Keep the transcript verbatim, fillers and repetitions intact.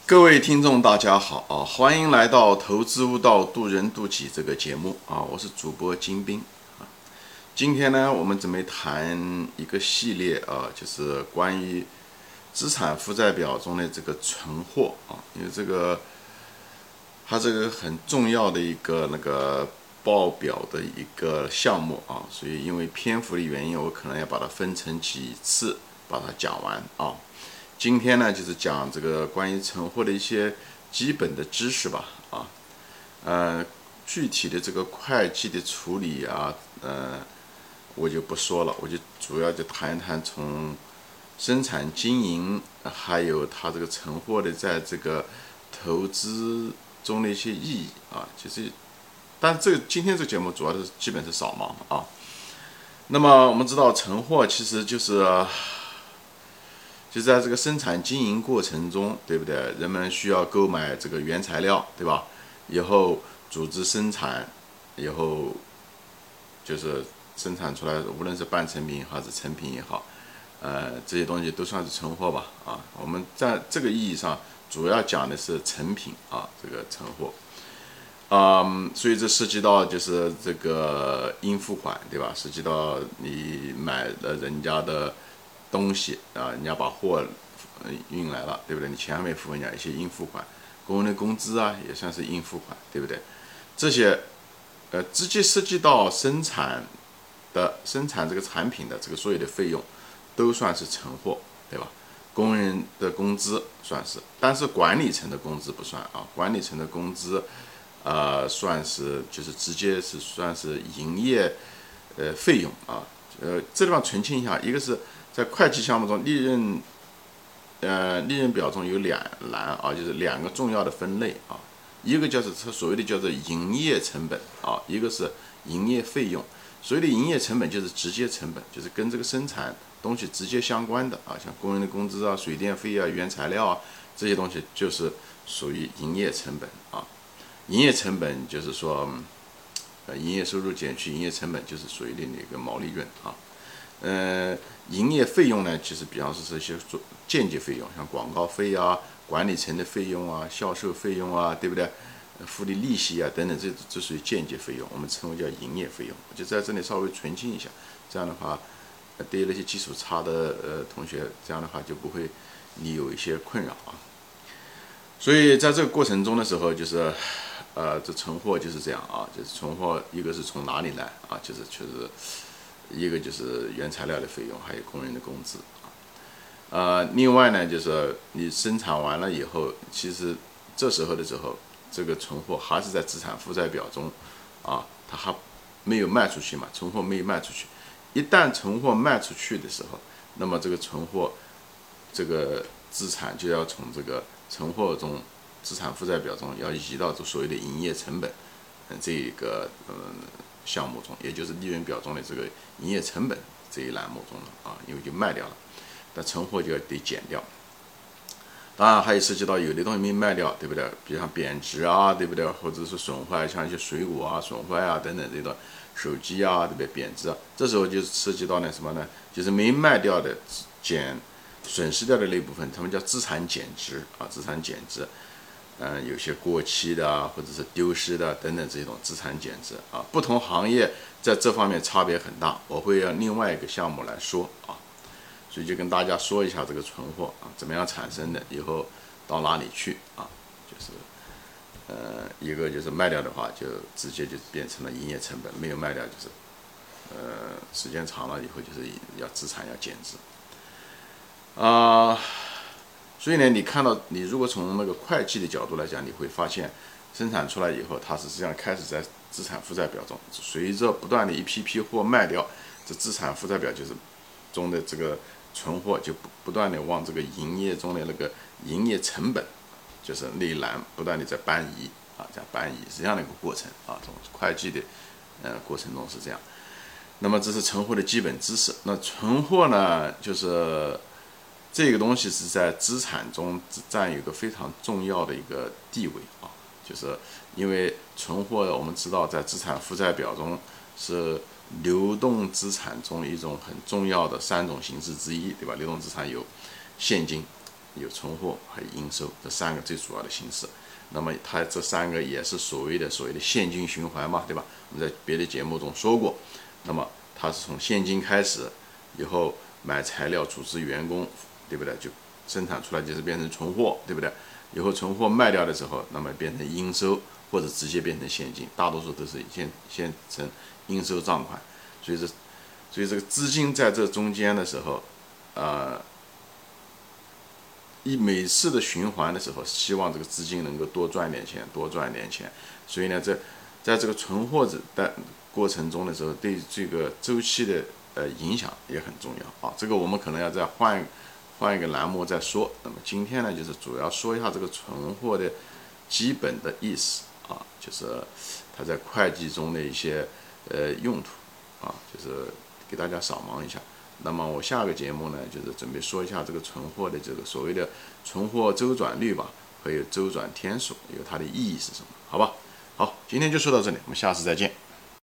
各位听众，大家好啊！欢迎来到《投资悟道，渡人渡己》这个节目啊！我是主播金兵啊。今天呢，我们准备谈一个系列啊，就是关于资产负债表中的这个存货啊，因为这个它这个很重要的一个那个报表的一个项目啊，所以因为篇幅的原因，我可能要把它分成几次把它讲完啊。今天呢，就是讲这个关于存货的一些基本的知识吧，啊，呃，具体的这个会计的处理啊，呃，我就不说了，我就主要就谈一谈从生产经营，还有它这个存货的在这个投资中的一些意义啊，就是，但这个今天这个节目主要是基本是扫盲啊。那么我们知道存货其实就是。就在这个生产经营过程中，对不对？人们需要购买这个原材料，对吧？以后组织生产，以后就是生产出来，无论是半成品还是成品也好，呃，这些东西都算是存货吧。啊，我们在这个意义上主要讲的是成品啊，这个存货。啊、嗯，所以这涉及到就是这个应付款，对吧？涉及到你买了人家的东西啊，人家把货运来了，对不对？你钱还没付人家，一些应付款，工人的工资啊，也算是应付款，对不对？这些呃，直接涉及到生产的生产这个产品的这个所有的费用，都算是存货，对吧？工人的工资算是，但是管理层的工资不算啊，管理层的工资。呃，算是就是直接是算是营业呃费用啊，呃，这地方澄清一下，一个是在会计项目中利润，呃，利润表中有两栏啊，就是两个重要的分类啊，一个叫做它所谓的叫做营业成本啊，一个是营业费用。所谓的营业成本就是直接成本，就是跟这个生产东西直接相关的啊，像工人的工资啊、水电费啊、原材料啊这些东西，就是属于营业成本啊。营业成本就是说，呃，营业收入减去营业成本，就是属于的那个毛利润啊。呃，营业费用呢，其实比方说是一些做间接费用，像广告费啊、管理层的费用啊、销售费用啊，对不对？付的利息啊等等，这这属于间接费用，我们称为叫营业费用。我就在这里稍微澄清一下，这样的话，对于那些基础差的呃同学，这样的话就不会你有一些困扰啊。所以在这个过程中的时候，就是。呃，这存货就是这样啊，就是存货，一个是从哪里来啊，就是确实，一个就是原材料的费用，还有工人的工资啊。呃，另外呢，就是你生产完了以后，其实这时候的时候，这个存货还是在资产负债表中啊，它还没有卖出去嘛，存货没有卖出去。一旦存货卖出去的时候，那么这个存货这个资产就要从这个存货中。资产负债表中要移到所谓的营业成本，嗯，这一个嗯项目中，也就是利润表中的这个营业成本这一栏目中了啊，因为就卖掉了，但存货就要得减掉。当然还有涉及到有的东西没卖掉，对不对？比如像贬值啊，对不对？或者是损坏，像一些水果啊损坏啊等等这种手机啊，对不对？贬值啊，这时候就涉及到呢什么呢？就是没卖掉的减损失掉的那部分，他们叫资产减值啊，资产减值。嗯，有些过期的啊，或者是丢失的等等这种资产减值啊，不同行业在这方面差别很大，我会用另外一个项目来说啊，所以就跟大家说一下这个存货啊怎么样产生的，以后到哪里去啊，就是呃一个就是卖掉的话，就直接就变成了营业成本，没有卖掉就是呃时间长了以后就是要资产要减值啊。呃所以呢，你看到你如果从那个会计的角度来讲，你会发现，生产出来以后，它实际上开始在资产负债表中，随着不断的一批批货卖掉，这资产负债表就是中的这个存货就不不断的往这个营业中的那个营业成本，就是那一栏不断的在搬移啊，在搬移，是这样的一个过程啊，从会计的呃过程中是这样。那么这是存货的基本知识。那存货呢，就是这个东西是在资产中占有一个非常重要的一个地位啊，就是因为存货我们知道在资产负债表中是流动资产中一种很重要的三种形式之一，对吧？流动资产有现金、 有存货，还有应收这三个最主要的形式。那么它这三个也是所谓的所谓的现金循环嘛，对吧？我们在别的节目中说过。那么它是从现金开始，以后买材料、组织员工，对不对？就生产出来就是变成存货，对不对？以后存货卖掉的时候，那么变成应收，或者直接变成现金，大多数都是先先成应收账款。所以这，所以这个资金在这中间的时候，呃，一每次的循环的时候，希望这个资金能够多赚点钱，多赚点钱。所以呢，在在这个存货的过程中的时候，对这个周期的呃影响也很重要啊。这个我们可能要再换换一个栏目再说。那么今天呢，就是主要说一下这个存货的基本的意思啊，就是它在会计中的一些呃用途啊，就是给大家扫盲一下。那么我下个节目呢，就是准备说一下这个存货的这个所谓的存货周转率吧，还有周转天数，有它的意义是什么？好吧？好，今天就说到这里，我们下次再见。